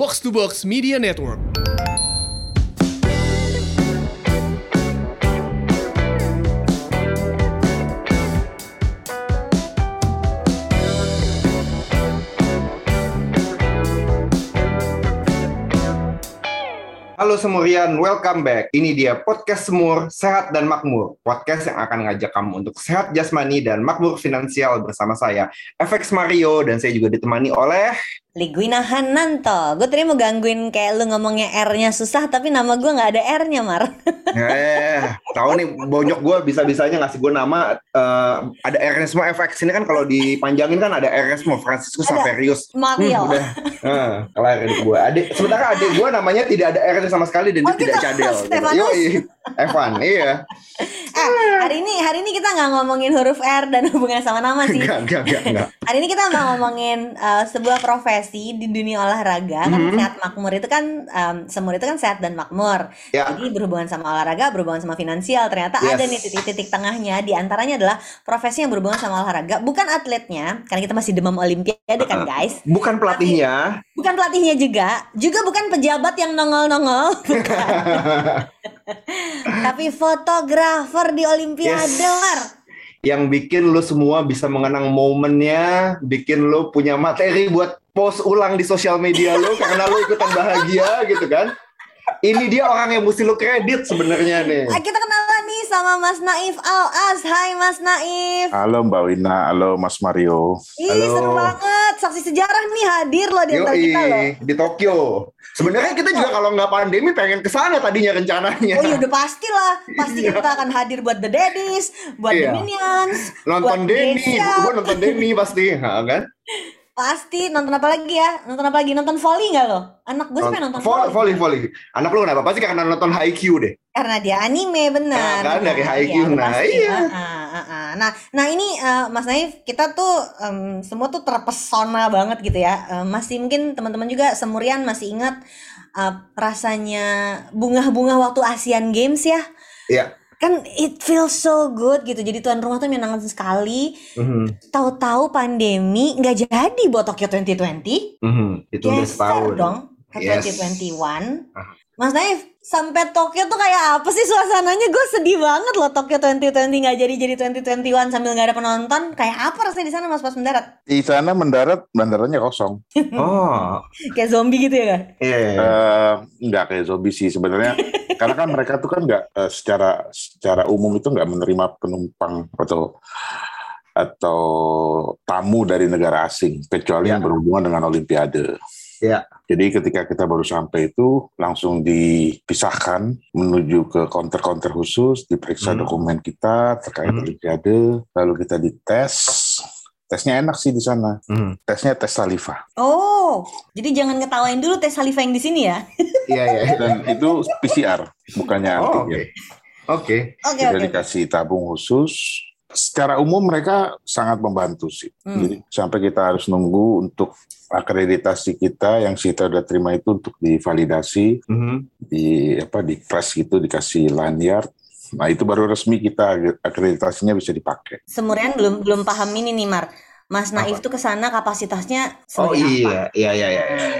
Box to Box Media Network. Halo Semurian, welcome back. Ini dia Podcast Semur, Sehat dan Makmur. Podcast yang akan ngajak kamu untuk sehat jasmani dan makmur finansial bersama saya, FX Mario, dan saya juga ditemani oleh... Liguina Hananto. Gue tadi mau gangguin kayak lu ngomongnya R-nya susah, tapi nama gue gak ada R-nya, Mar. Tahu nih, bonyok gue bisa-bisanya ngasih gue nama, ada R-nya semua. FX ini kan kalau dipanjangin kan ada R-nya semua, Franciscus Saverius. Mario. Udah, kelar hidup gue. Sementara adik gue namanya tidak ada R-nya sama sekali dan dia tidak cadel. Yoi, Evan, iya. Hari ini kita nggak ngomongin huruf R dan hubungannya sama nama sih. Enggak. Hari ini kita mau ngomongin sebuah profesi di dunia olahraga. Kan sehat makmur itu kan semur itu kan sehat dan makmur. Jadi berhubungan sama olahraga, berhubungan sama finansial. Ternyata ada nih titik-titik tengahnya. Di antaranya adalah profesi yang berhubungan sama olahraga. Bukan atletnya, karena kita masih demam olimpiade kan guys. Bukan pelatihnya. Bukan pelatihnya juga bukan pejabat yang nongol-nongol. Bukan. Tapi fotografer di olimpiade, Mar. Yang bikin lu semua bisa mengenang momennya, bikin lu punya materi buat post ulang di sosial media lu karena lu ikutan bahagia gitu kan. Ini dia orang yang mesti lu kredit sebenarnya nih. Kita kenalan nih sama Mas Naif Al-As. Hai Mas Naif. Halo Mbak Wina, halo Mas Mario. Halo. Seru banget, saksi sejarah nih hadir loh di antara kita loh. Di Tokyo. Sebenarnya kita juga kalau nggak pandemi pengen kesana tadinya rencananya. Oh iya udah pastilah, pasti kita akan hadir buat The Daddies, buat The Minions, nonton Denny, gue nonton Denny pasti, kan? Pasti nonton apa lagi ya? Nonton volley nggak lo? Anak gue sih nonton volley. Anak lu kenapa? Pasti karena nonton Haikyuu deh. Karena dia anime benar. Kan dari Haikyuu, iya. Nah ini Mas Naif, kita tuh semua tuh terpesona banget gitu ya. Masih mungkin teman-teman juga Semurian masih ingat rasanya bunga-bunga waktu Asian Games ya. Iya. Kan it feels so good gitu. Jadi tuan rumah tuh menyenangkan sekali. Tahu-tahu pandemi nggak jadi buat Tokyo 2020. Itu udah setahun dong ke 2021. Mas Naif, sampai Tokyo tuh kayak apa sih suasananya? Gue sedih banget loh Tokyo 2020 nggak jadi 2021 sambil nggak ada penonton. Kayak apa rasanya di sana Mas pas mendarat? Di sana mendarat, bandaranya kosong. Kayak zombie gitu ya kan? Nggak kayak zombie sih sebenarnya. Karena kan mereka tuh kan nggak secara umum itu nggak menerima penumpang atau tamu dari negara asing kecuali yang berhubungan dengan Olimpiade. Jadi ketika kita baru sampai itu langsung dipisahkan menuju ke counter khusus, diperiksa dokumen kita terkait Olimpiade, lalu kita dites. Tesnya enak sih di sana. Tesnya tes saliva. Oh, jadi jangan ngetawain dulu tes saliva yang di sini ya. Iya. Dan itu PCR, bukannya antigen. Oke. Kita dikasih tabung khusus. Secara umum mereka sangat membantu sih. Jadi sampai kita harus nunggu untuk akreditasi kita yang kita udah terima itu untuk divalidasi, di press gitu, dikasih lanyard. Nah itu baru resmi kita akreditasinya bisa dipakai. Semurian belum paham ini nih Mar. Mas Naif tuh kesana kapasitasnya apa? Iya.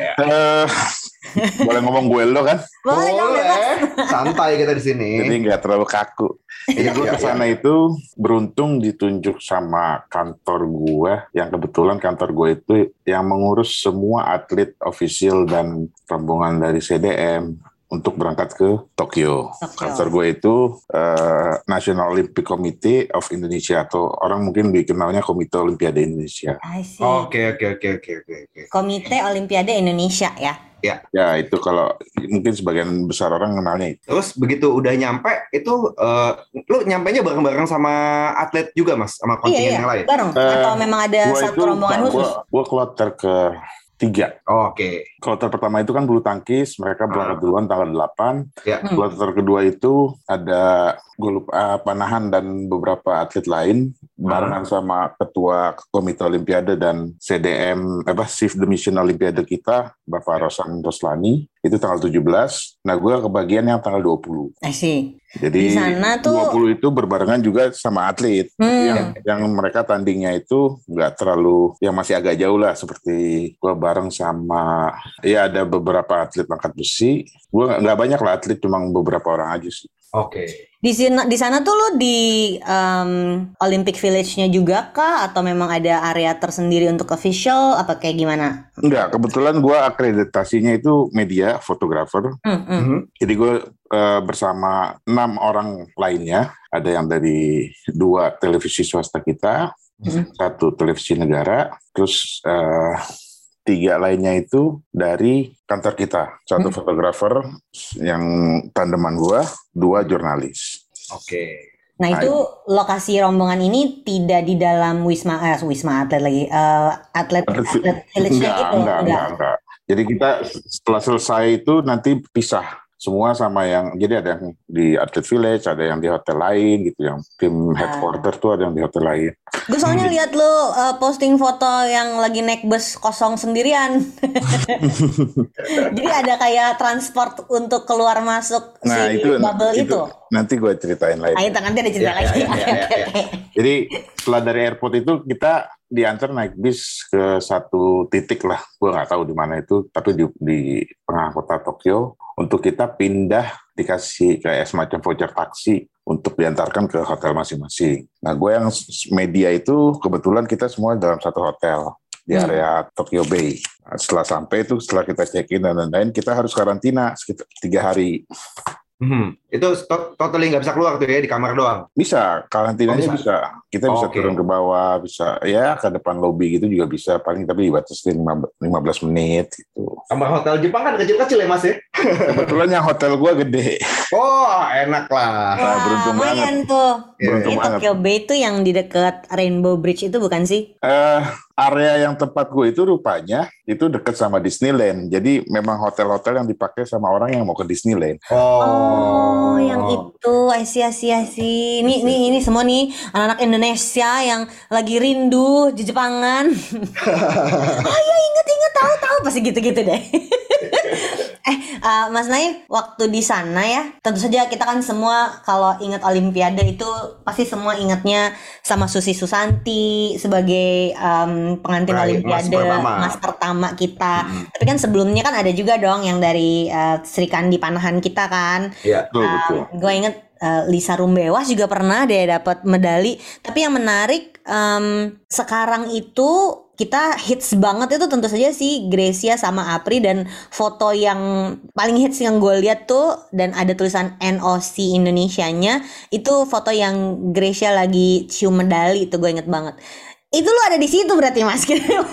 Boleh ngomong gue lo kan? Boleh. Santai kita di sini. Jadi nggak terlalu kaku. Jadi gue kesana itu beruntung ditunjuk sama kantor gue, yang kebetulan kantor gue itu yang mengurus semua atlet ofisial dan rombongan dari CDM untuk berangkat ke Tokyo. Kantor gue itu National Olympic Committee of Indonesia, atau orang mungkin dikenalnya Komite Olimpiade Indonesia. Oke. Komite Olimpiade Indonesia ya. Ya itu kalau mungkin sebagian besar orang kenalnya itu. Terus begitu udah nyampe itu lu nyampenya bareng-bareng sama atlet juga Mas, sama kontingen yang lain? Bareng. Atau memang ada satu rombongan khusus? Gue kloter ke 3. Oke. Kloter pertama itu kan bulu tangkis, mereka berangkat duluan tanggal 8. Kloter kedua itu ada gue lupa panahan dan beberapa atlet lain barengan sama ketua Komite Olimpiade dan CDM Chief the Mission Olimpiade kita Bapak Rosan Roslani itu tanggal 17. Nah gue kebagian yang tanggal 20. Jadi di sana tuh 20 itu berbarengan juga sama atlet yang mereka tandingnya itu nggak terlalu, yang masih agak jauh lah, seperti gue bareng sama Ya ada beberapa atlet angkat besi. Gue nggak banyak lah atlet, cuma beberapa orang aja sih. Oke. Di sana tuh lo di Olympic Village-nya juga kah? Atau memang ada area tersendiri untuk official? Apa kayak gimana? Enggak, kebetulan gue akreditasinya itu media, fotografer. Jadi gue bersama 6 orang lainnya. Ada yang dari 2 televisi swasta kita, 1 televisi negara, terus 3 lainnya itu dari kantor kita. 1 fotografer yang tandeman gua, 2 jurnalis. Oke. Nah itu lokasi rombongan ini tidak di dalam wisma atlet lagi, atlet village-nya gitu. Enggak. Jadi kita setelah selesai itu nanti pisah semua sama yang, jadi ada yang di atlet village, ada yang di hotel lain gitu, yang tim headquarter tuh ada yang di hotel lain. Gue soalnya lihat lo posting foto yang lagi naik bus kosong sendirian. Jadi ada kayak transport untuk keluar masuk si bubble itu. Nanti gue ceritain lain. Nanti ada cerita lagi. Jadi setelah dari airport itu kita diantar naik bis ke satu titik lah, gue nggak tahu di mana itu, tapi di tengah kota Tokyo, untuk kita pindah, dikasih kayak semacam voucher taksi untuk diantarkan ke hotel masing-masing. Nah, gue yang media itu kebetulan kita semua dalam satu hotel di area Tokyo Bay. Nah, setelah sampai itu, setelah kita check-in dan lain-lain, kita harus karantina sekitar 3 hari. Itu totally nggak bisa keluar tuh ya, di kamar doang? Bisa, karantinanya bisa. Kita bisa turun ke bawah, bisa ya ke depan lobi gitu juga bisa, paling tapi dibatasi 15 menit gitu. Kamar hotel Jepang kan kecil-kecil ya Mas ya? Kebetulan yang hotel gua gede. Oh, enak lah. Nah, beruntung banget. Tuh. Beruntung banget. Tokyo Bay itu yang di dekat Rainbow Bridge itu bukan sih? Area yang tempat gue itu rupanya itu dekat sama Disneyland. Jadi memang hotel-hotel yang dipakai sama orang yang mau ke Disneyland. Oh, yang itu. I see. Ini semua nih anak-anak Indonesia yang lagi rindu di Jepangan. Oh iya, inget tahu pasti gitu-gitu deh. Mas Naif, waktu di sana ya, tentu saja kita kan semua kalau ingat Olimpiade itu pasti semua ingatnya sama Susi Susanti sebagai pengantin Olimpiade, mas pertama kita. Tapi kan sebelumnya kan ada juga dong yang dari Sri Kandi Panahan kita kan. Iya, betul. Gue inget Lisa Rumbewas juga pernah deh dapat medali. Tapi yang menarik sekarang itu kita hits banget itu tentu saja si Grecia sama Apri, dan foto yang paling hits yang gue lihat tuh dan ada tulisan NOC Indonesianya itu foto yang Grecia lagi cium medali, itu gue inget banget. Itu lu ada di situ berarti Mas?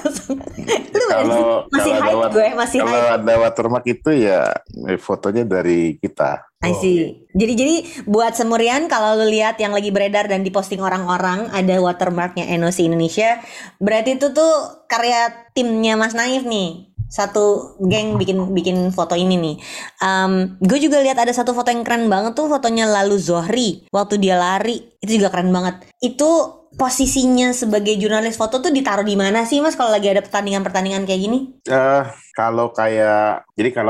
Lu masih hype gue, masih hype. Kalau ada watermark itu ya fotonya dari kita. I see. Jadi buat Semurian, kalau lu lihat yang lagi beredar dan diposting orang-orang ada watermarknya NOC Indonesia, berarti itu tuh karya timnya Mas Naif nih. Satu geng bikin foto ini nih. Gue juga lihat ada satu foto yang keren banget tuh, fotonya Lalu Zohri waktu dia lari. Itu juga keren banget. Itu posisinya sebagai jurnalis foto tuh ditaruh di mana sih Mas kalau lagi ada pertandingan kayak gini? Kalau kayak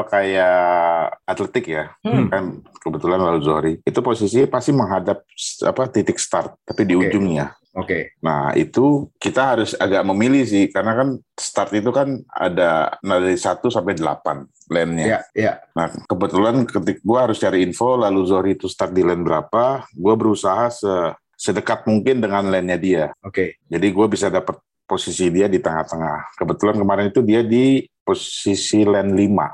atletik ya, kan kebetulan Lalu Zohri itu posisinya pasti menghadap titik start, tapi di ujungnya. Oke. Nah itu kita harus agak memilih sih, karena kan start itu kan ada dari 1 sampai 8 lane-nya. Iya. Nah kebetulan ketika gue harus cari info Lalu Zohri itu start di lane berapa, gue berusaha sedekat mungkin dengan lane-nya dia. Oke. Jadi gue bisa dapat posisi dia di tengah-tengah. Kebetulan kemarin itu dia di posisi lane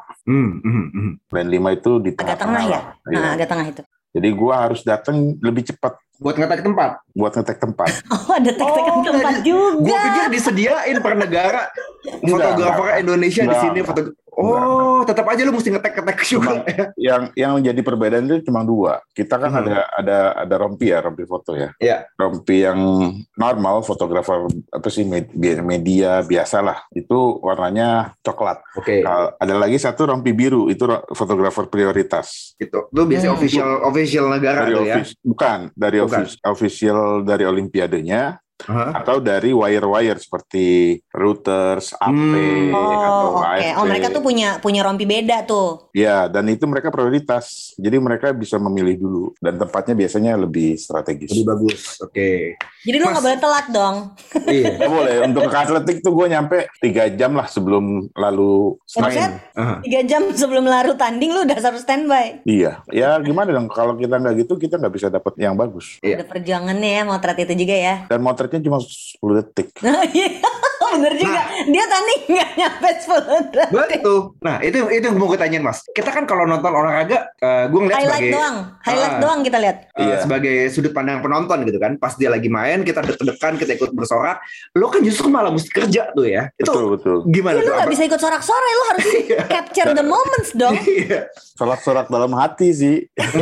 5. Lane 5 itu di tengah-tengah. Agak tengah ya? Nah, agak tengah itu. Jadi gue harus datang lebih cepat. Buat ngetek tempat? Buat ngetek tempat. Oh, ada tek-tekan tempat juga. Gue pikir disediain per negara. Fotografer Indonesia di sini. Tetap aja lu mesti ngetek juga. Yang menjadi perbedaan itu cuma 2. Kita kan ada rompi foto ya. Iya. Rompi yang normal, fotografer media biasa lah. Itu warnanya coklat. Oke. Ada lagi satu rompi biru, itu fotografer prioritas. Itu biasanya official negara tuh ya? Bukan, dari official dari Olimpiadenya. atau dari wire-wire seperti routers, AP atau Oke. AFP. Oh, mereka tuh punya rompi beda tuh. Ya, dan itu mereka prioritas. Jadi mereka bisa memilih dulu dan tempatnya biasanya lebih strategis. Lebih bagus. Oke. Jadi lu nggak boleh telat dong. Iya. Nggak boleh. Untuk ke atletik tuh gue nyampe 3 jam lah sebelum lalu Maksudnya main. 3 jam sebelum lalu tanding lu udah harus standby. Iya, ya gimana dong? Kalau kita nggak gitu, kita nggak bisa dapat yang bagus. Iya. Ada perjuangannya ya motret itu juga ya. Dan motretnya cuma 10 detik. Iya, bener juga. Dia tanding nggak nyampe 10 detik. Betul. Nah, itu yang mau gue tanyain, Mas. Kita kan kalau nonton olahraga, gue ngeliat Highlight doang kita lihat. Iya. sebagai sudut pandang penonton gitu kan. Pas dia lagi main, kita deg-degan, kita ikut bersorak. Lo kan justru malah mesti kerja tuh ya. Itu Betul. gimana Lu tuh? nggak bisa ikut sorak-sorai, lu harus capture the moments dong. Iya. Sorak-sorak dalam hati sih.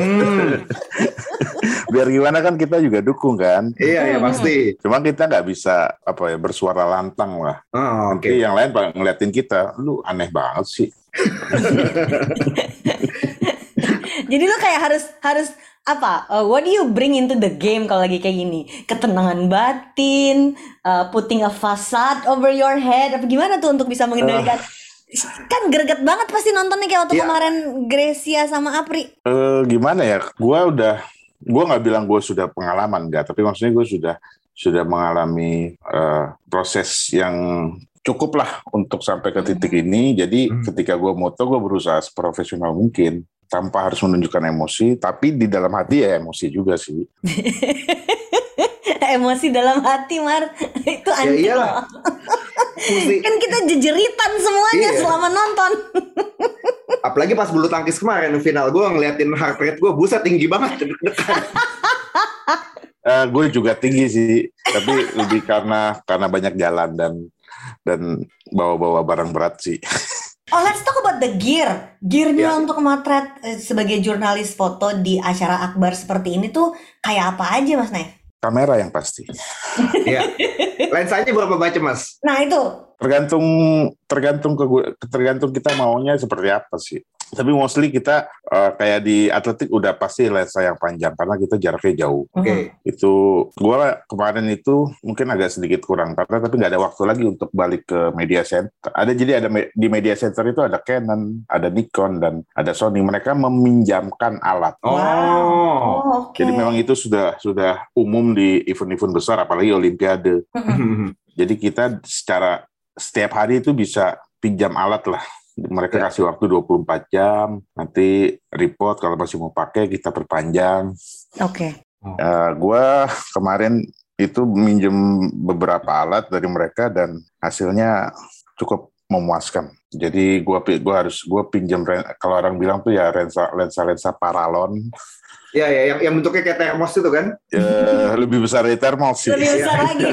Biar gimana kan kita juga dukung kan. Iya, pasti. Cuma kita nggak bisa bersuara lantang lah. Oh, Nanti yang lain ngeliatin kita, lu aneh banget sih. Jadi lu kayak harus apa? What do you bring into the game kalau lagi kayak gini? Ketenangan batin, putting a facade over your head, apa gimana tuh untuk bisa mengendalikan? Kan greget banget pasti nontonnya kayak waktu kemarin Gracia sama Apri. Gimana ya? Gue nggak bilang gue sudah pengalaman nggak, tapi maksudnya gue sudah mengalami proses yang cukup lah untuk sampai ke titik ini. Jadi ketika gue moto, gue berusaha seprofesional mungkin tanpa harus menunjukkan emosi, tapi di dalam hati ya emosi juga sih. Emosi dalam hati, Mar. Itu anjing. Ya iyalah. Kan kita jejeritan semuanya selama nonton. Apalagi pas bulu tangkis kemarin final, gue ngeliatin heart rate gue, buset tinggi banget, deg-degan. Gue juga tinggi sih, tapi lebih karena banyak jalan dan bawa-bawa barang berat sih. Oh, let's talk about the gear. Gearnya untuk motret sebagai jurnalis foto di acara akbar seperti ini tuh kayak apa aja, Mas Naif? Kamera yang pasti. Iya. Lensanya berapa macam, Mas? Nah, itu. Tergantung kita maunya seperti apa sih. Tapi mostly kita kayak di atletik udah pasti lensa yang panjang karena kita jaraknya jauh. Oke. Itu gue kemarin itu mungkin agak sedikit kurang karena tapi nggak ada waktu lagi untuk balik ke media center. Jadi di media center itu ada Canon, ada Nikon dan ada Sony. Mereka meminjamkan alat. Okay. Jadi memang itu sudah umum di event-event besar apalagi Olimpiade. Jadi kita setiap hari itu bisa pinjam alat lah. Mereka kasih waktu 24 jam, nanti report kalau masih mau pakai kita perpanjang. Oke. Gue kemarin itu minjem beberapa alat dari mereka dan hasilnya cukup memuaskan. Jadi gue pinjam kalau orang bilang tuh ya lensa paralon. Ya, yang bentuknya kayak termos itu kan? Lebih besar dari termos sih. Lebih besar lagi.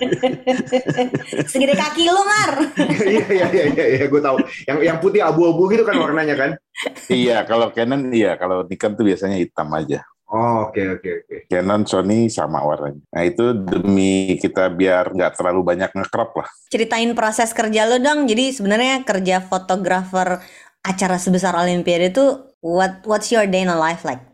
Segede kaki lu, Mar. Iya, gue tahu. Yang putih abu-abu gitu kan warnanya kan? Iya, kalau Canon kalau Nikon tuh biasanya hitam aja. Oh, oke. Canon, Sony sama warnanya. Nah itu demi kita biar nggak terlalu banyak nge-crop lah. Ceritain proses kerja lo dong. Jadi sebenarnya kerja fotografer acara sebesar Olimpiade itu what's your day in a life like?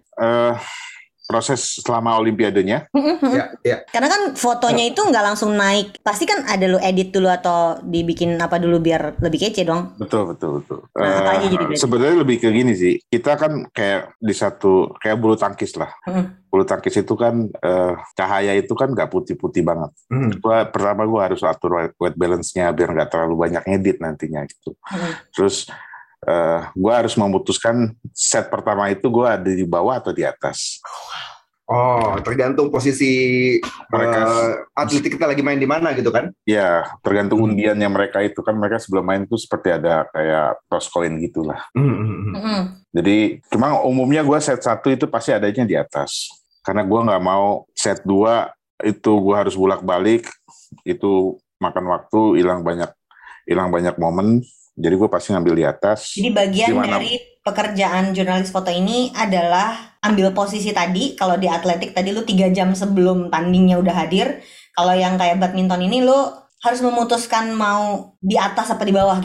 Proses selama Olimpiadenya. Ya. Karena kan fotonya itu nggak langsung naik. Pasti kan ada lo edit dulu atau dibikin apa dulu biar lebih kece dong. Betul. Nah, apa aja jadi sebenarnya lebih ke gini sih. Kita kan kayak kayak bulu tangkis lah. Bulu tangkis itu kan cahaya itu kan nggak putih-putih banget. Pertama gue harus atur white balance-nya biar nggak terlalu banyak ngedit nantinya gitu. Terus gue harus memutuskan set pertama itu gue ada di bawah atau di atas. Oh, tergantung posisi atletik kita lagi main di mana gitu kan? Ya, tergantung undiannya mereka itu kan mereka sebelum main itu seperti ada kayak toss coin gitulah. Jadi cuma umumnya gue set 1 itu pasti adanya di atas. Karena gue nggak mau set 2 itu gue harus bolak-balik, itu makan waktu, hilang banyak momen. Jadi gue pasti ngambil di atas. Jadi bagian dari pekerjaan jurnalis foto ini adalah ambil posisi tadi. Kalau di atletik tadi lu 3 jam sebelum tandingnya udah hadir. Kalau yang kayak badminton ini lu harus memutuskan mau di atas apa di bawah gitu.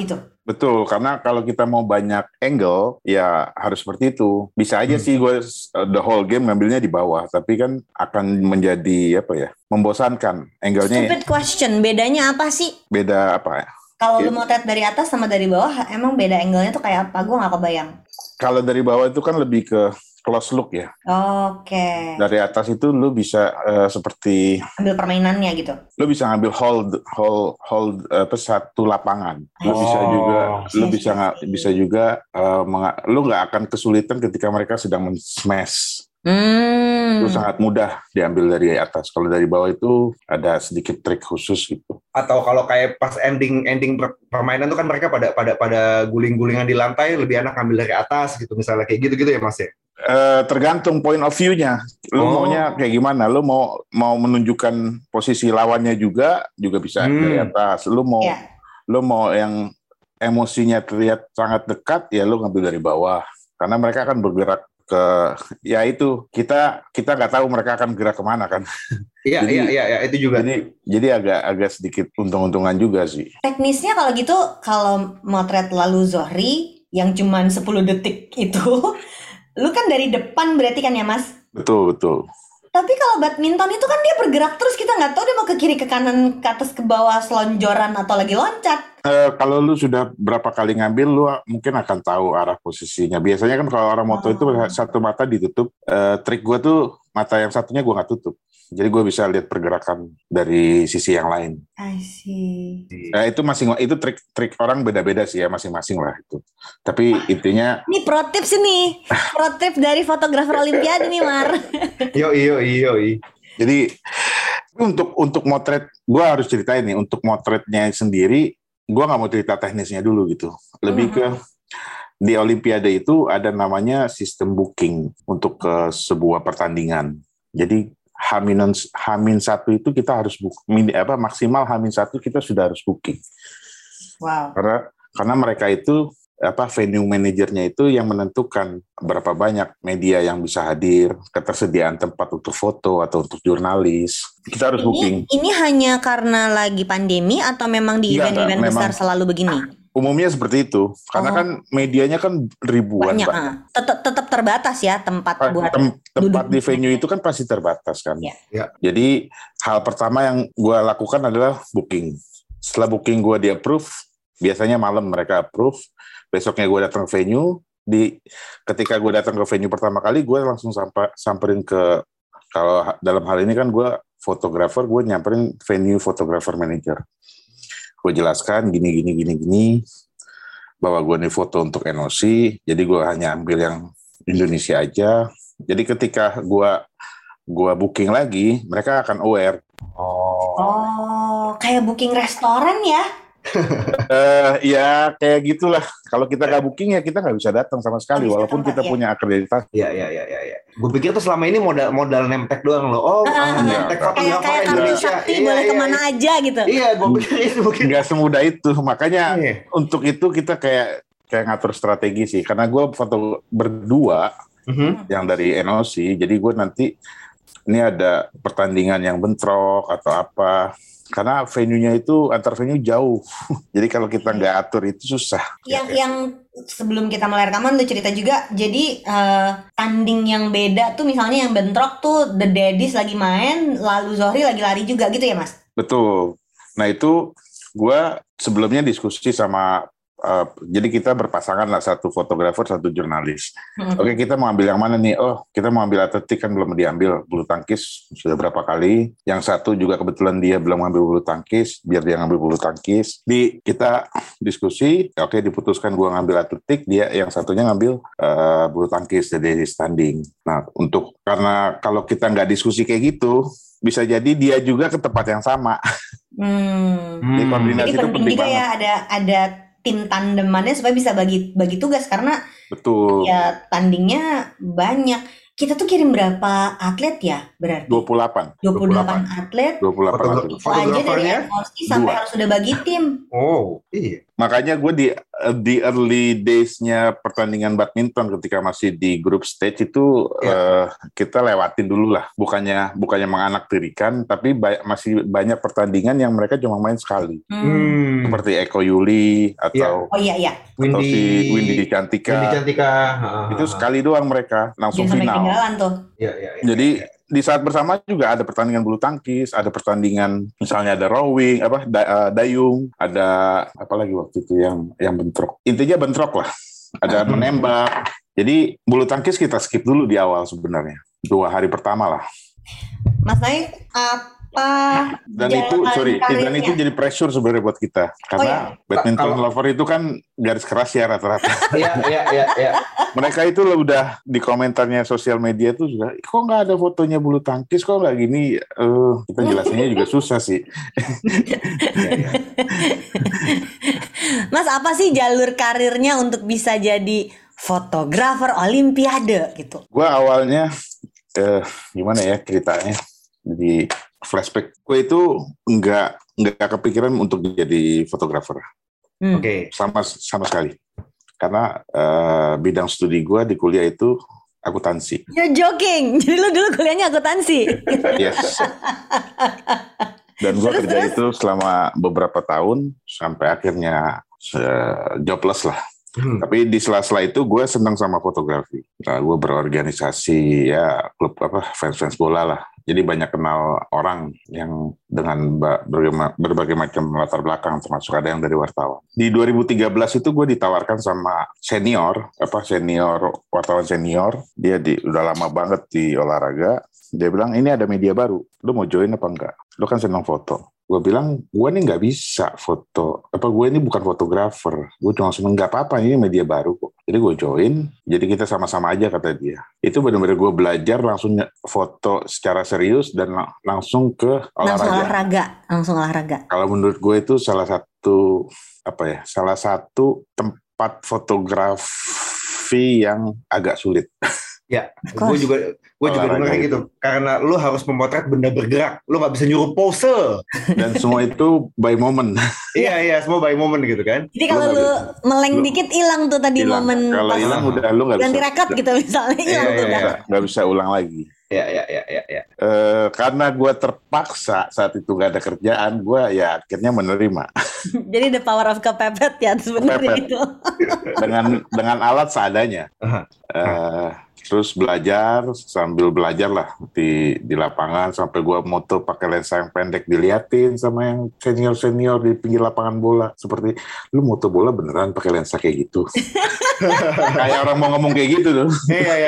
Betul, karena kalau kita mau banyak angle, ya harus seperti itu. Bisa aja sih gue the whole game ngambilnya di bawah, tapi kan akan menjadi membosankan. Angle-nya Stupid question, bedanya apa sih? beda apa ya? Kalau lu motret dari atas sama dari bawah, emang beda angle-nya tuh kayak apa? Gue nggak kebayang. Kalau dari bawah itu kan lebih ke close look ya. Oke. Dari atas itu lu bisa seperti Ambil permainannya gitu. lu bisa ngambil hold satu lapangan. Lu bisa juga bisa juga lu nggak akan kesulitan ketika mereka sedang men-smash. Itu sangat mudah diambil dari atas. Kalau dari bawah itu ada sedikit trik khusus gitu. Atau kalau kayak pas ending permainan tuh kan mereka pada guling-gulingan di lantai, lebih enak ambil dari atas gitu, misalnya kayak gitu ya Mas ya. Tergantung point of view-nya. Lu maunya kayak gimana? Lu mau menunjukkan posisi lawannya juga bisa dari atas. Lu mau yang emosinya terlihat sangat dekat, ya lu ngambil dari bawah. Karena mereka akan bergerak ke itu kita nggak tahu mereka akan gerak kemana kan. Iya itu juga. Jadi agak sedikit untung-untungan juga sih. Teknisnya kalau gitu, kalau motret lalu Zohri yang cuman 10 detik itu, lu kan dari depan berarti kan ya Mas? Betul. Tapi kalau badminton itu kan dia bergerak terus, kita nggak tahu dia mau ke kiri, ke kanan, ke atas, ke bawah, selonjoran atau lagi loncat. Kalau lu sudah berapa kali ngambil, lu mungkin akan tahu arah posisinya. Biasanya kan kalau orang moto itu satu mata ditutup. Trik gue tuh mata yang satunya gue nggak tutup. Jadi gue bisa lihat pergerakan dari sisi yang lain. I see. Itu trik orang beda-beda sih ya, masing-masing lah itu. Tapi intinya. Ini pro tips ini, pro tips dari fotografer Olimpiade nih Mar. Yoi. Jadi untuk motret, gue harus ceritain nih. Untuk motretnya sendiri, gue nggak mau cerita teknisnya dulu gitu. Lebih ke di Olimpiade itu ada namanya sistem booking untuk ke sebuah pertandingan. Jadi H-1 itu kita harus maksimal H-1 kita sudah harus booking. Wow. Karena mereka itu venue manajernya itu yang menentukan berapa banyak media yang bisa hadir, ketersediaan tempat untuk foto atau untuk jurnalis. Kita harus booking. Ini hanya karena lagi pandemi atau memang di event-event besar selalu begini? Umumnya seperti itu, karena kan medianya kan ribuan. Banyak, tetap terbatas ya tempat buat tempat di venue itu kan pasti terbatas kan. Ya. Jadi hal pertama yang gue lakukan adalah booking. Setelah booking gue di approve, biasanya malam mereka approve. Besoknya gue datang ke venue. Ketika gue datang ke venue pertama kali, gue langsung samperin ke, kalau dalam hal ini kan gue fotografer, gue nyamperin venue fotografer manager. Gue jelaskan gini, bahwa gue nih foto untuk NOC, jadi gue hanya ambil yang Indonesia aja. Jadi ketika gue booking lagi, mereka akan aware. Oh, kayak booking restoran ya? Ya kayak gitulah. Kalau kita nggak booking ya kita nggak bisa datang sama sekali, walaupun kita punya akreditasi. Iya. Gue pikir tuh selama ini modal nempel doang loh. Nempel kayak Indonesia. Boleh kemana aja gitu. Iya, gue pikir itu mungkin nggak semudah itu. Makanya untuk itu kita kayak ngatur strategi sih. Karena gue foto berdua yang dari NOC, jadi gue nanti ini ada pertandingan yang bentrok atau apa. Karena venue-nya itu antar venue jauh. Jadi kalau kita nggak atur itu susah. Yang sebelum kita mulai rekaman tuh cerita juga. Jadi tanding yang beda tuh misalnya yang bentrok tuh The Daddies lagi main, lalu Zohri lagi lari juga gitu ya Mas? Betul. Nah itu gue sebelumnya diskusi sama jadi kita berpasangan lah, satu fotografer, satu jurnalis. Oke, kita mau ambil yang mana nih? Oh, kita mau ambil atletik, kan belum diambil. Bulu tangkis sudah berapa kali. Yang satu juga kebetulan dia belum ngambil bulu tangkis, biar dia ngambil bulu tangkis. Kita diskusi, oke, diputuskan gua ngambil atletik, dia yang satunya ngambil bulu tangkis dari standing. Nah, karena kalau kita nggak diskusi kayak gitu, bisa jadi dia juga ke tempat yang sama. Jadi koordinasi itu penting juga banget. Ya ada tim tandemannya supaya bisa bagi tugas, karena betul ya tandingnya banyak. Kita tuh kirim berapa atlet ya berarti? 28 atlet. 28 atlet. Aja dari emosi sampai harus udah bagi tim. Oh iya. Makanya gue di early days-nya pertandingan badminton ketika masih di group stage itu kita lewatin dulu lah. Bukannya menganaktirikan, tapi masih banyak pertandingan yang mereka cuma main sekali. Seperti Eko Yuli atau atau si Windy Cantika. Itu sekali doang mereka langsung final. Jadi di saat bersama juga ada pertandingan bulu tangkis, ada pertandingan misalnya ada rowing, dayung, ada apa lagi waktu itu yang bentrok. Intinya bentrok lah. Ada menembak. Jadi bulu tangkis kita skip dulu di awal sebenarnya. 2 hari pertama lah. Mas Naif, dan itu jadi pressure sebenarnya buat kita karena badminton lover itu kan garis keras ya rata-rata. Iya. Mereka itu udah di komentarnya sosial media tuh juga, kok nggak ada fotonya bulu tangkis, kok nggak gini. Kita jelasinnya juga susah sih. Mas, apa sih jalur karirnya untuk bisa jadi fotografer Olimpiade gitu? Gua awalnya gimana ya ceritanya? Jadi flashback, gue itu nggak kepikiran untuk jadi fotografer. Oke. Sama sekali. Karena bidang studi gue di kuliah itu akuntansi. You're joking. Jadi lu dulu kuliahnya akuntansi. Yes. Dan gue kerja itu selama beberapa tahun sampai akhirnya jobless lah. Tapi di sela-sela itu gue senang sama fotografi. Nah, gue berorganisasi ya klub fans bola lah. Jadi banyak kenal orang yang dengan berbagai macam latar belakang, termasuk ada yang dari wartawan. Di 2013 itu gue ditawarkan sama wartawan senior. Dia udah lama banget di olahraga. Dia bilang, ini ada media baru, lu mau join apa enggak? Lu kan senang foto. Gue bilang, gue ini nggak bisa foto. Gue ini bukan fotografer. Gue cuma seneng, nggak apa-apa, ini media baru kok. Jadi gue join, jadi kita sama-sama aja kata dia. Itu benar-benar gue belajar langsung foto secara serius dan langsung ke olahraga. Langsung olahraga. Kalau menurut gue itu salah satu tempat fotografi yang agak sulit. Ya, gue juga dengar kayak gitu. Karena lu harus memotret benda bergerak, lu nggak bisa nyuruh pose. Dan semua itu by moment. Iya, semua by moment gitu kan. Jadi kalau lu meleng dikit hilang tuh tadi momen. Kalau hilang udah lu nggak bisa. Ganti record gitu misalnya hilang tuh. Nggak bisa ulang lagi. Ya. Karena gue terpaksa saat itu gak ada kerjaan, gue ya akhirnya menerima. Jadi the power of kepepet ya sebenarnya itu. dengan alat seadanya. Terus sambil belajar lah di lapangan sampai gue moto pakai lensa yang pendek, diliatin sama yang senior di pinggir lapangan bola, seperti lu moto bola beneran pakai lensa kayak gitu. Kayak orang mau ngomong kayak gitu tuh. Iya.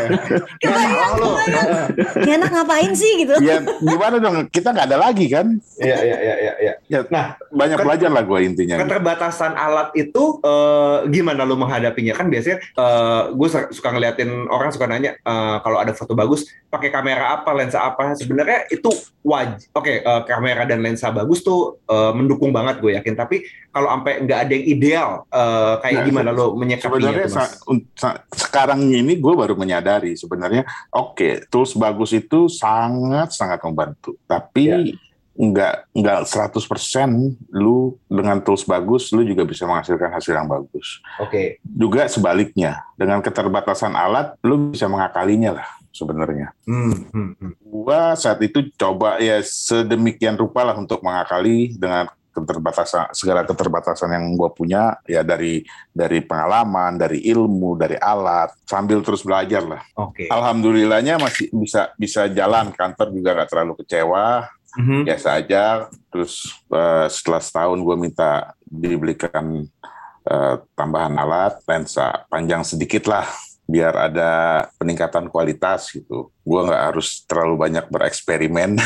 Ini anak ngapain sih gitu? Ya gimana dong, kita nggak ada lagi kan? Iya. Nah, banyak belajar lah gue intinya. Keterbatasan alat itu gimana lu menghadapinya? Kan biasanya gue suka ngeliatin orang suka nanya kalau ada foto bagus pakai kamera apa, lensa apa. Sebenarnya itu wajib. Kamera dan lensa bagus tuh mendukung banget gue yakin. Tapi kalau sampai nggak ada yang ideal, gimana lo menyikapinya? Sebenarnya sekarang ini gue baru menyadari sebenarnya tools bagus itu sangat membantu. Tapi nggak 100% lu dengan tools bagus lu juga bisa menghasilkan hasil yang bagus. Juga sebaliknya, dengan keterbatasan alat lu bisa mengakalinya lah sebenarnya. Gua saat itu coba ya sedemikian rupa lah untuk mengakali dengan segala keterbatasan yang gue punya ya, dari pengalaman, dari ilmu, dari alat, sambil terus belajar lah. Alhamdulillahnya masih bisa jalan, kantor juga nggak terlalu kecewa. Biasa aja. Terus setelah setahun gue minta dibelikan tambahan alat, lensa panjang sedikit lah, biar ada peningkatan kualitas gitu. Gue nggak harus terlalu banyak bereksperimen.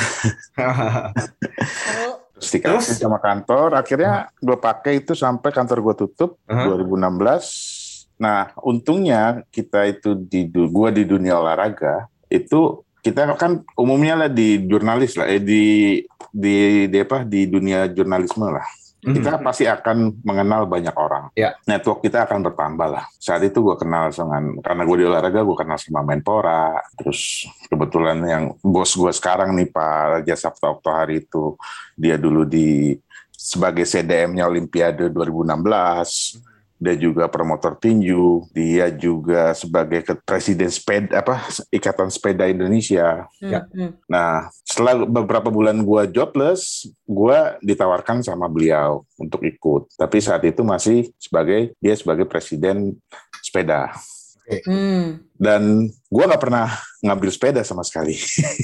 Terus dikasih sama kantor, akhirnya gue pakai itu sampai kantor gue tutup 2016. Nah, untungnya kita itu gue di dunia olahraga itu, kita kan umumnya lah di jurnalis lah, di dunia jurnalisme lah. Kita pasti akan mengenal banyak orang. Network kita akan bertambah lah. Saat itu gue kenal karena gue di olahraga, gue kenal sama Menpora. Terus kebetulan yang bos gue sekarang nih, Pak Raja Sabta Oktohari itu, dia dulu di sebagai CDM-nya Olimpiade 2016. Dia juga promotor tinju, dia juga sebagai presiden Ikatan Sepeda Indonesia. Nah, setelah beberapa bulan gue jobless, gue ditawarkan sama beliau untuk ikut. Tapi saat itu masih dia sebagai presiden sepeda. Dan gue nggak pernah ngambil sepeda sama sekali.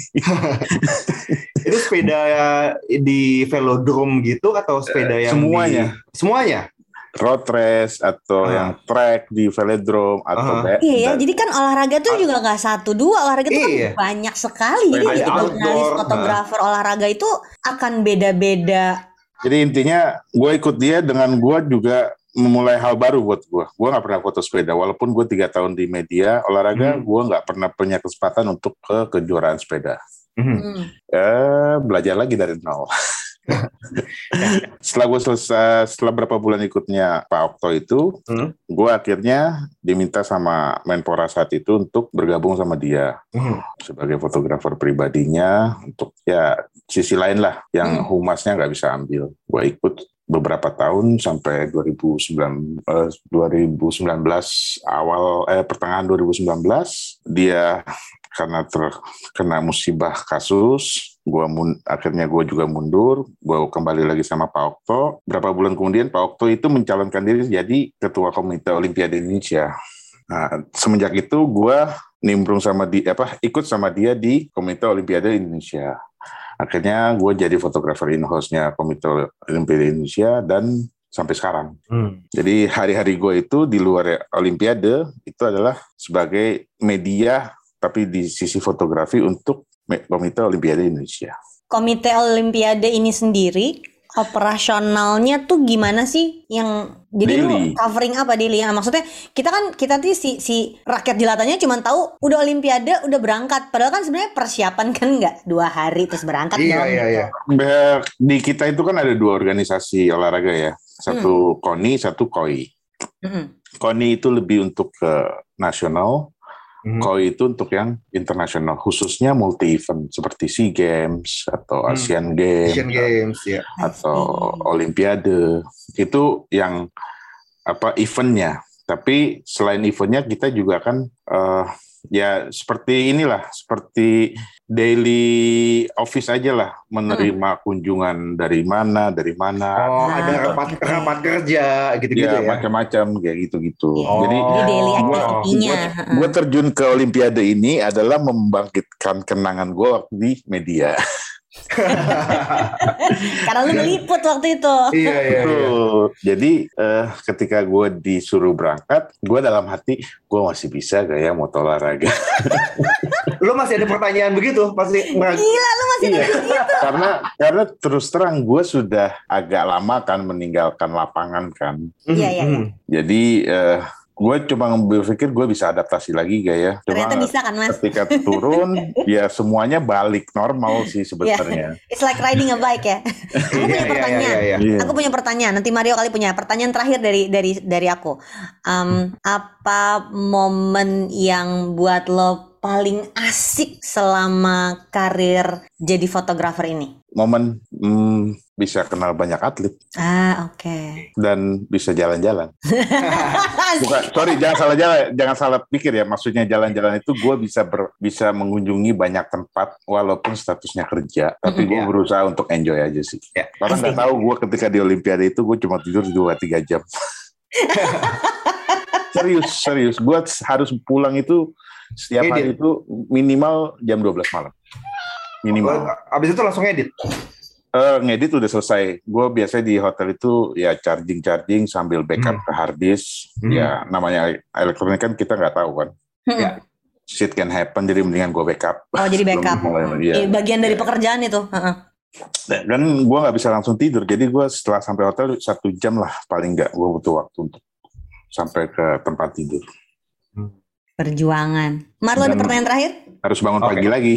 Itu sepeda di velodrome gitu atau sepeda yang semuanya? Road race atau yang track di velodrome atau Iya, jadi kan olahraga tuh juga nggak 1-2, olahraga tuh kan banyak sekali. Jadi jurnalis, fotografer olahraga itu akan beda-beda. Jadi intinya gue ikut dia dengan gue juga memulai hal baru buat gue. Gue nggak pernah foto sepeda, walaupun gue 3 tahun di media olahraga, gue nggak pernah punya kesempatan untuk ke kejuaraan sepeda. Belajar lagi dari nol. Setelah berapa bulan ikutnya Pak Okto itu, gue akhirnya diminta sama Menpora saat itu untuk bergabung sama dia sebagai fotografer pribadinya untuk ya sisi lain lah yang humasnya nggak bisa ambil. Gue ikut beberapa tahun sampai 2019 pertengahan 2019 dia karena terkena musibah kasus. Akhirnya gue juga mundur, gue kembali lagi sama Pak Okto. Berapa bulan kemudian Pak Okto itu mencalonkan diri jadi Ketua Komite Olimpiade Indonesia. Nah, semenjak itu gue nimbrung sama ikut sama dia di Komite Olimpiade Indonesia. Akhirnya gue jadi fotografer in-house-nya Komite Olimpiade Indonesia dan sampai sekarang. Jadi hari-hari gue itu di luar Olimpiade itu adalah sebagai media tapi di sisi fotografi untuk Komite Olimpiade Indonesia. Komite Olimpiade ini sendiri operasionalnya tuh gimana sih? Jadi lu covering apa daily? Maksudnya kita tuh si rakyat jelatanya cuma tahu udah Olimpiade udah berangkat. Padahal kan sebenarnya persiapan kan nggak 2 hari terus berangkat. Iya. Di kita itu kan ada 2 organisasi olahraga ya. Satu KONI, satu KOI. KONI itu lebih untuk ke nasional. KOI itu untuk yang internasional, khususnya multi-event seperti SEA Games atau Asian Games atau Olimpiade. Itu yang eventnya. Tapi selain eventnya kita juga kan seperti seperti daily office aja lah, menerima kunjungan dari mana. Ada rapat kerja gitu-gitu ya. Macam-macam kayak gitu-gitu. Jadi daily activity-nya. Gue terjun ke Olimpiade ini adalah membangkitkan kenangan gue waktu di media. Karena lu meliput waktu itu. Iya. Jadi ketika gue disuruh berangkat, gue dalam hati gue masih bisa gak ya moto olahraga. Lu masih ada pertanyaan begitu pasti. Gila, lu masih ada begitu. Karena terus terang gue sudah agak lama kan meninggalkan lapangan kan. Iya. Jadi gue cuma berpikir gue bisa adaptasi lagi gak ya. Ternyata bisa kan, Mas? Ketika turun, ya semuanya balik normal sih sebenarnya. It's like riding a bike ya. Aku punya pertanyaan. Aku punya pertanyaan. Nanti Mario kali punya pertanyaan terakhir dari aku. Apa momen yang buat lo paling asik selama karir jadi fotografer ini? Momen bisa kenal banyak atlet. Oke. Dan bisa jalan-jalan. Bukan, sorry, jangan salah pikir ya. Maksudnya jalan-jalan itu gue bisa mengunjungi banyak tempat walaupun statusnya kerja. Tapi gue berusaha untuk enjoy aja sih. Karena nggak tahu gue ketika di Olimpiade itu gue cuma tidur 2-3 jam. Serius. Gue harus pulang itu setiap hari itu minimal jam 12 malam. Minimal. Abis itu langsung edit? Ngedit udah selesai. Gue biasanya di hotel itu ya charging sambil backup ke hard disk. Ya namanya elektronik kan kita nggak tahu kan. Shit can happen, jadi mendingan gue backup. Jadi backup. Bagian dari pekerjaan itu. Kan gue nggak bisa langsung tidur. Jadi gue setelah sampai hotel 1 jam lah paling nggak. Gue butuh waktu untuk sampai ke tempat tidur. Perjuangan. Marlo, ada pertanyaan terakhir? Harus bangun pagi lagi.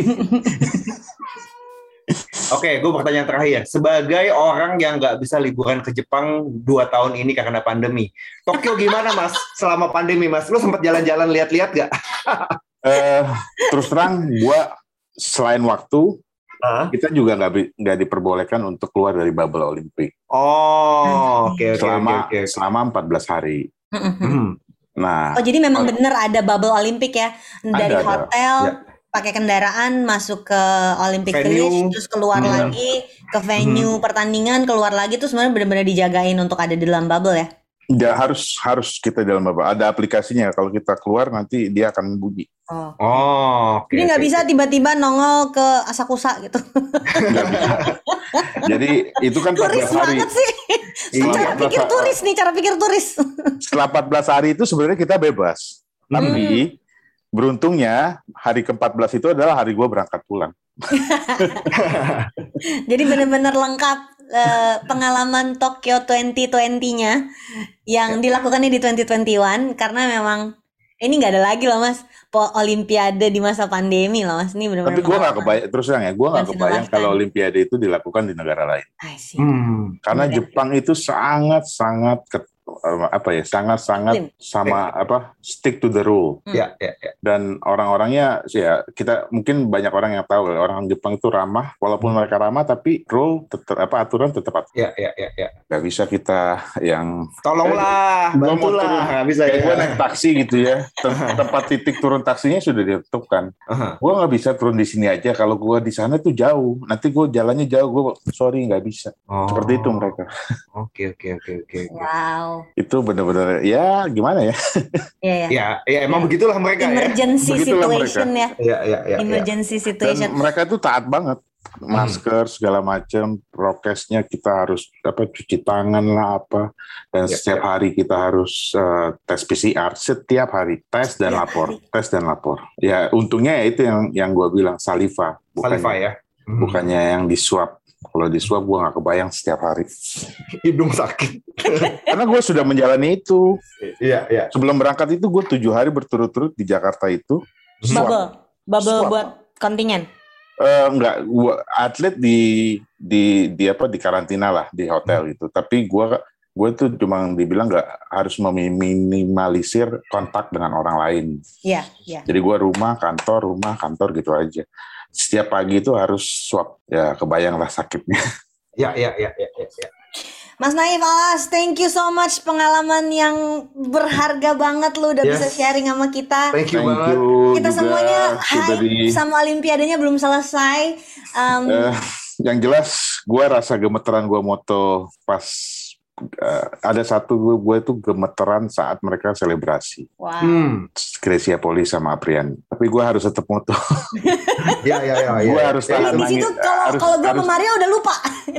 Oke, gue pertanyaan terakhir. Sebagai orang yang nggak bisa liburan ke Jepang 2 tahun ini karena pandemi, Tokyo gimana, Mas? Selama pandemi, Mas, lu sempat jalan-jalan lihat-lihat nggak? Terus terang, gue selain waktu, kita juga nggak diperbolehkan untuk keluar dari bubble Olimpik. Oh, oke. Selama 14 hari. Nah, jadi memang benar ada bubble Olimpik ya, dari ada. hotel pakai kendaraan masuk ke Olympic Village, terus keluar lagi ke venue pertandingan, keluar lagi, tuh sebenarnya benar-benar dijagain untuk ada di dalam bubble ya. Ya harus kita dalam bubble. Ada aplikasinya, kalau kita keluar nanti dia akan bunyi. Oke. Jadi nggak bisa tiba-tiba nongol ke Asakusa gitu. Nggak bisa. Jadi itu kan 14 Turis hari. banget sih. Cara pikir turis. Setelah 14 hari itu sebenarnya kita bebas. Tapi beruntungnya hari ke-14 itu adalah hari gue berangkat pulang. Jadi benar-benar lengkap pengalaman Tokyo 2020-nya yang dilakukannya di 2021, karena memang ini nggak ada lagi loh Mas, Olimpiade di masa pandemi loh Mas. Ini benar-benar. Tapi gue nggak kebayang, terus terang ya, gue nggak kebayang kalau Olimpiade itu dilakukan di negara lain. Karena Jepang itu sangat stick to the rule. Dan orang-orangnya ya, kita mungkin banyak orang yang tahu orang Jepang itu ramah, walaupun mereka ramah tapi rule aturan tetap. Gak bisa kita yang tolonglah, bantulah, nggak bisa ya. Gue naik taksi gitu ya, tempat titik turun taksinya sudah ditentukan. Gue nggak bisa turun di sini aja, kalau gue di sana tuh jauh, nanti gue jalannya jauh, gue sorry nggak bisa. Seperti itu mereka. Oke. Wow. Itu benar-benar ya gimana ya? Ya emang begitulah mereka. Emergency situation ya. Emergency situation. Dan mereka itu taat banget. Masker segala macam, prokesnya kita harus cuci tangan lah dan setiap hari kita harus tes PCR setiap hari, tes dan lapor. Ya untungnya ya itu yang gue bilang saliva bukannya yang di swab. Kalau di swab gue nggak kebayang setiap hari. Hidung sakit. Karena gue sudah menjalani itu. Iya. Sebelum berangkat itu gue 7 hari berturut-turut di Jakarta itu. Bubble buat kontingen. Enggak, gua atlet di karantina lah di hotel itu. Tapi gue tuh cuma dibilang nggak harus meminimalisir kontak dengan orang lain. Iya. Jadi gue rumah kantor gitu aja. Setiap pagi itu harus swab. Ya kebayanglah sakitnya. Ya. Mas Naif Alas, thank you so much, pengalaman yang berharga banget lu udah bisa sharing sama kita. Thank you banget. Kita semuanya hype sama Olimpiadanya belum selesai. Yang jelas gue rasa gemeteran gue moto pas ada satu gue tuh gemeteran saat mereka selebrasi. Wow. Grecia Poli sama Apriani. Tapi gue harus tetap moto. Ya. Gue harus tahan di situ kalau gue sama Mario udah lupa.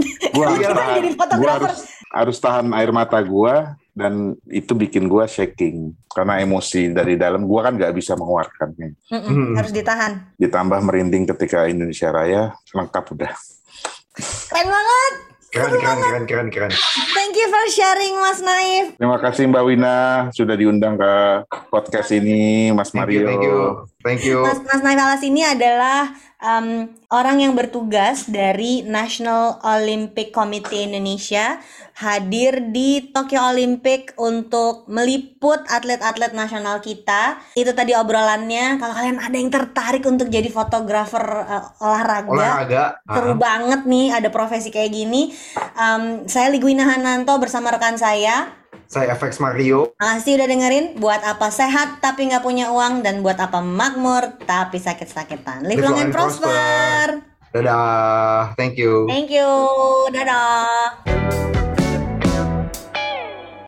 Gue harus tahan air mata gue, dan itu bikin gue shaking karena emosi dari dalam gue kan nggak bisa mengeluarkannya. Harus ditahan. Ditambah merinding ketika Indonesia Raya, lengkap udah. Keren banget. Keren. Thank you for sharing, Mas Naif. Terima kasih Mbak Wina sudah diundang ke podcast ini, Mas Mario. Thank you. Mas Naif Alas ini adalah orang yang bertugas dari National Olympic Committee Indonesia, hadir di Tokyo Olympic untuk meliput atlet-atlet nasional kita. Itu tadi obrolannya. Kalau kalian ada yang tertarik untuk jadi fotografer olahraga, seru banget nih ada profesi kayak gini. Saya Liguina Hananto bersama rekan saya FX Mario. Makasih udah dengerin. Buat apa sehat tapi nggak punya uang, dan buat apa makmur tapi sakit-sakitan. Live long and prosper. Dadah. Thank you. Dadah.